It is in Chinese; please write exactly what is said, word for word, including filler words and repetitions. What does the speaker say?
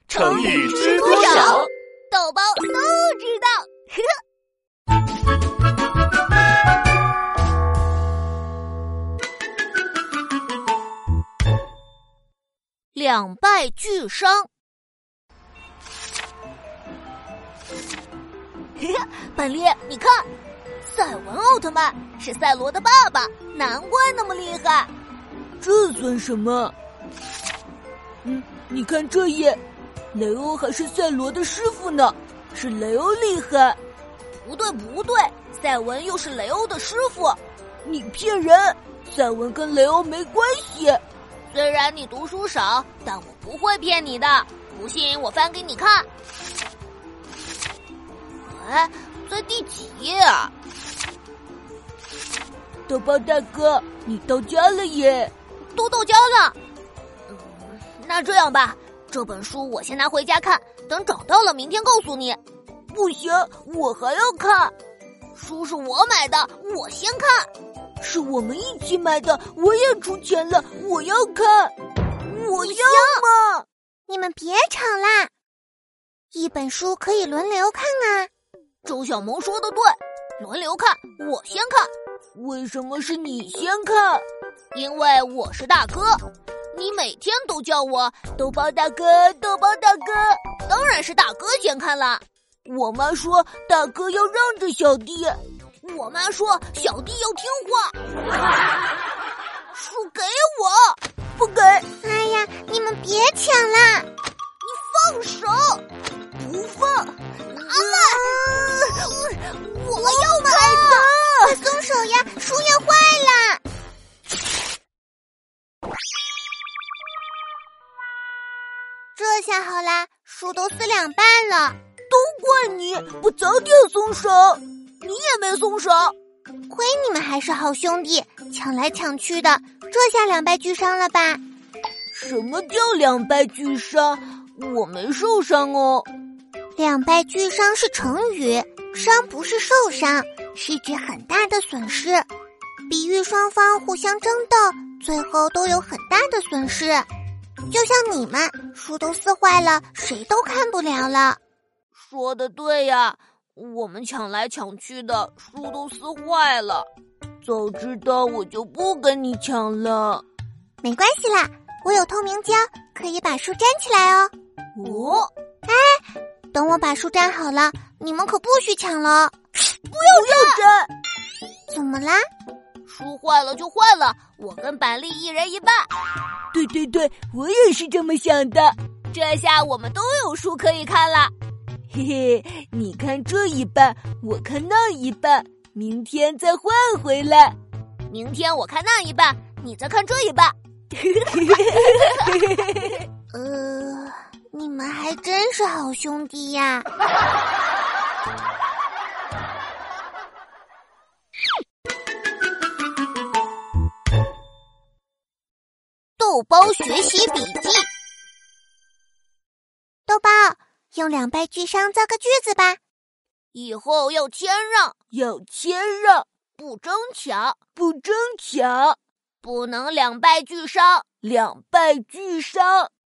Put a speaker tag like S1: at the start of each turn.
S1: 成语知多少？
S2: 豆包都知道。两败俱伤。本利，你看，赛文奥特曼是赛罗的爸爸，难怪那么厉害。
S3: 这算什么？嗯，你看这页，雷欧还是赛罗的师傅呢，是雷欧厉害。
S2: 不对不对，赛文又是雷欧的师傅。
S3: 你骗人，赛文跟雷欧没关系。
S2: 虽然你读书少，但我不会骗你的。不信我翻给你看。哎，在第几页啊？
S3: 豆包大哥，你到家了耶！
S2: 都到家了。嗯，那这样吧，这本书我先拿回家看，等找到了明天告诉你。
S3: 不行，我还要看。
S2: 书是我买的，我先看。
S3: 是我们一起买的，我也出钱了，我要看。我要嘛！
S4: 你们别吵啦，一本书可以轮流看啊。
S2: 周小萌说的对，轮流看，我先看。
S3: 为什么是你先看？
S2: 因为我是大哥，你每天都叫我
S3: 豆包大哥，豆包大哥，
S2: 当然是大哥先看了。
S3: 我妈说大哥要让着小弟，
S2: 我妈说小弟要听话。书给我，
S3: 不给！
S4: 哎呀，你们别抢啦！
S2: 你放手！
S3: 不放！
S2: 阿曼，我要
S4: 孩子，快松手呀！书要坏了。这下好啦，书都撕两半了。
S3: 都怪你，不早点松手！
S2: 你也没松手。
S4: 亏你们还是好兄弟，抢来抢去的，这下两败俱伤了吧？
S3: 什么叫两败俱伤？我没受伤哦。
S4: 两败俱伤是成语，伤不是受伤，是指很大的损失，比喻双方互相争斗，最后都有很大的损失。就像你们，书都撕坏了，谁都看不了了。
S2: 说的对呀，我们抢来抢去的，书都撕坏了。
S3: 早知道我就不跟你抢了。
S4: 没关系啦，我有透明胶，可以把书粘起来哦。
S3: 哦，
S4: 哎，等我把书粘好了，你们可不许抢了。
S2: 不要
S3: 粘！
S4: 怎么啦？
S2: 书坏了就坏了，我跟板栗一人一半。
S3: 对对对，我也是这么想的。
S2: 这下我们都有书可以看了。
S3: 嘿嘿，你看这一半，我看那一半，明天再换回来。
S2: 明天我看那一半，你再看这一半。
S4: 呃，你们还真是好兄弟呀。
S2: 豆包学习笔记。
S4: 豆包，用两败俱伤造个句子吧。
S2: 以后要谦让，
S3: 要谦让，
S2: 不争抢，
S3: 不争抢，
S2: 不能两败俱伤，
S3: 两败俱伤。